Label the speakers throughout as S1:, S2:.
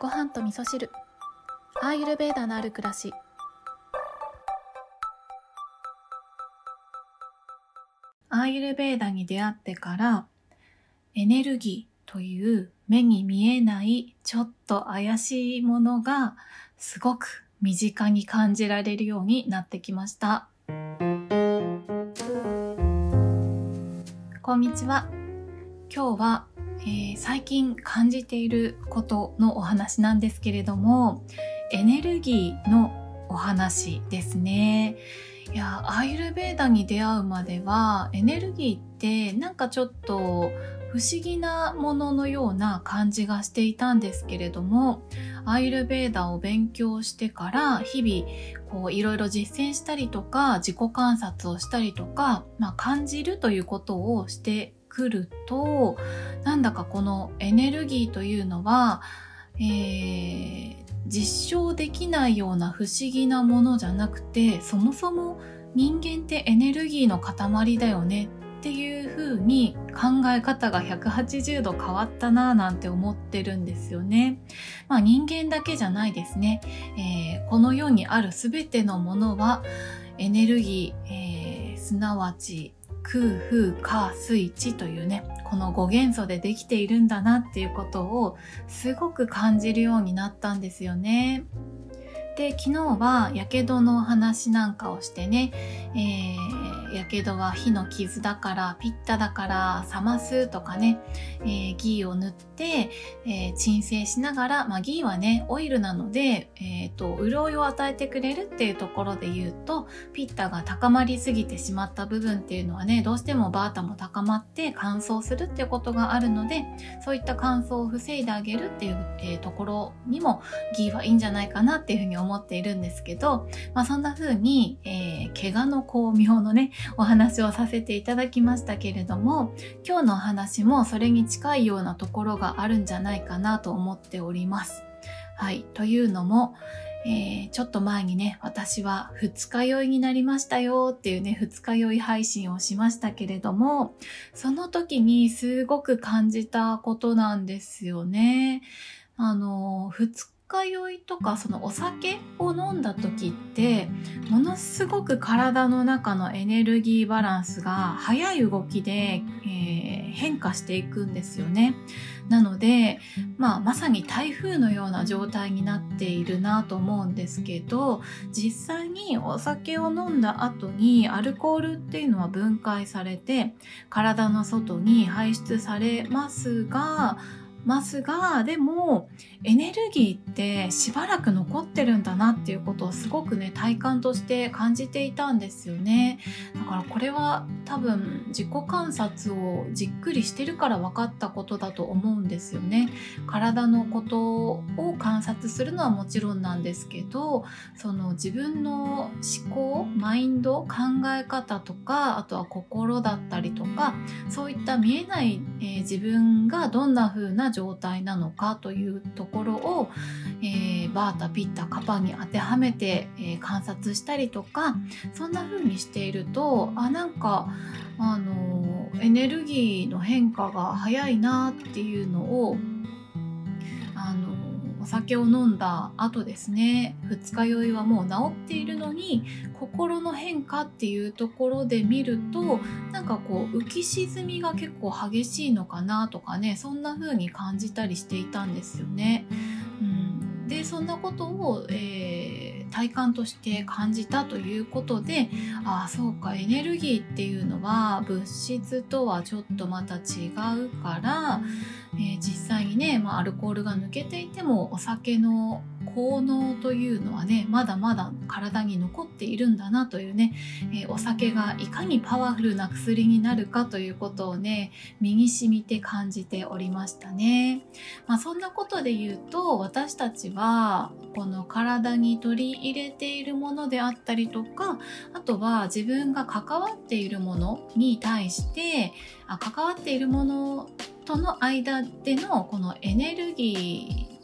S1: ご飯と味噌汁、アーユルヴェーダのある暮らし。アーユルヴェーダに出会ってからエネルギーという目に見えないちょっと怪しいものがすごく身近に感じられるようになってきました。こんにちは。今日は、最近感じていることのお話なんですけれども、エネルギーのお話ですね。いや、アーユルヴェーダに出会うまではエネルギーってなんかちょっと不思議なもののような感じがしていたんですけれども、アーユルヴェーダを勉強してから日々いろいろ実践したりとか自己観察をしたりとか、感じるということをしてくると、なんだかこのエネルギーというのは、実証できないような不思議なものじゃなくて、そもそも人間ってエネルギーの塊だよねっていう風に考え方が180度変わったなぁなんて思ってるんですよね。人間だけじゃないですね。この世にあるすべてのものはエネルギー、すなわち空風火水地というね、この5元素でできているんだなっていうことをすごく感じるようになったんですよね。で、昨日はやけどの話なんかをしてね、やけどは火の傷だからピッタだから冷ますとかね、ギーを塗って、鎮静しながら、ギーはねオイルなので、潤いを与えてくれるっていうところで言うと、ピッタが高まりすぎてしまった部分っていうのはね、どうしてもバータも高まって乾燥するっていうことがあるので、そういった乾燥を防いであげるっていう、ところにもギーはいいんじゃないかなっていうふうに思っているんですけど、そんな風に、怪我の巧妙のねお話をさせていただきましたけれども、今日のお話もそれに近いようなところがあるんじゃないかなと思っております。はい、というのも、ちょっと前にね、私は二日酔いになりましたよっていうね、二日酔い配信をしましたけれども、その時にすごく感じたことなんですよね。二日酔いとかそのお酒を飲んだ時ってものすごく体の中のエネルギーバランスが速い動きで、変化していくんですよね。なので、まさに台風のような状態になっているなと思うんですけど、実際にお酒を飲んだ後にアルコールっていうのは分解されて体の外に排出されますが、でもエネルギーってしばらく残ってるんだなっていうことをすごくね、体感として感じていたんですよね。だからこれは多分自己観察をじっくりしてるから分かったことだと思うんですよね。体のことを観察するのはもちろんなんですけど、その自分の思考、マインド、考え方とか、あとは心だったりとか、そういった見えない、自分がどんな風な状態なのかというところを、バータ、ピッタ、カパに当てはめて、観察したりとか、そんな風にしていると、なんかエネルギーの変化が早いなっていうのをお酒を飲んだ後ですね、二日酔いはもう治っているのに心の変化っていうところで見ると、なんか浮き沈みが結構激しいのかなとかね、そんな風に感じたりしていたんですよね。でそんなことを、体感として感じたということで、そうか、エネルギーっていうのは物質とはちょっとまた違うから、実際にね、アルコールが抜けていてもお酒の効能というのはね、まだまだ体に残っているんだなというね、お酒がいかにパワフルな薬になるかということをね、身に染みて感じておりましたね。そんなことで言うと、私たちはこの体に取り入れているものであったりとか、あとは自分が関わっているものに対して関わっているものとの間でのこのエネルギ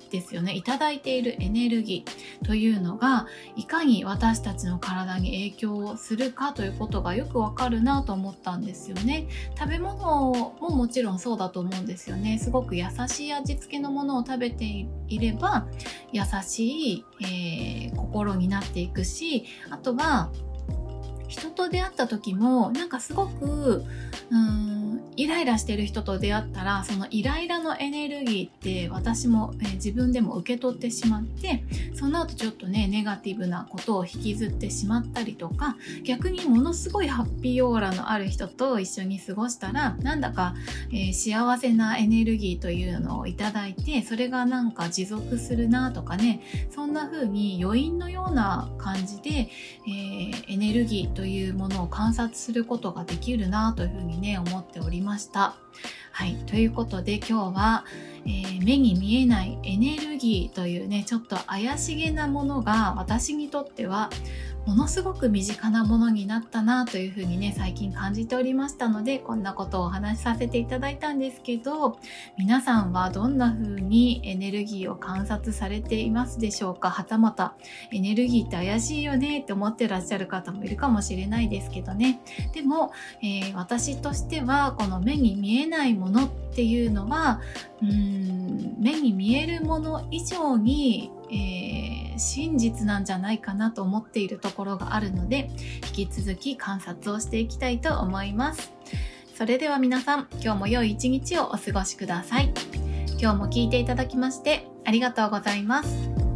S1: ですよね。いただいているエネルギーというのがいかに私たちの体に影響をするかということがよくわかるなと思ったんですよね。食べ物ももちろんそうだと思うんですよね。すごく優しい味付けのものを食べていれば優しい、心になっていくし、あとは人と出会った時もなんかすごくイライラしてる人と出会ったら、そのイライラのエネルギーって私も、自分でも受け取ってしまって、その後ちょっとねネガティブなことを引きずってしまったりとか、逆にものすごいハッピーオーラのある人と一緒に過ごしたらなんだか、幸せなエネルギーというのをいただいて、それがなんか持続するなとかね、そんな風に余韻のような感じで、エネルギーというものを観察することができるなというふうにね思っておりました。はい、ということで今日は、目に見えないエネルギーというねちょっと怪しげなものが私にとってはものすごく身近なものになったなというふうにね最近感じておりましたので、こんなことをお話しさせていただいたんですけど、皆さんはどんな風にエネルギーを観察されていますでしょうか。はたまたエネルギーって怪しいよねって思ってらっしゃる方もいるかもしれないですけどね。でも、私としてはこの目に見えないものっていうのは目に見えるもの以上に、真実なんじゃないかなと思っているところがあるので、引き続き観察をしていきたいと思います。それでは皆さん、今日も良い一日をお過ごしください。今日も聞いていただきましてありがとうございます。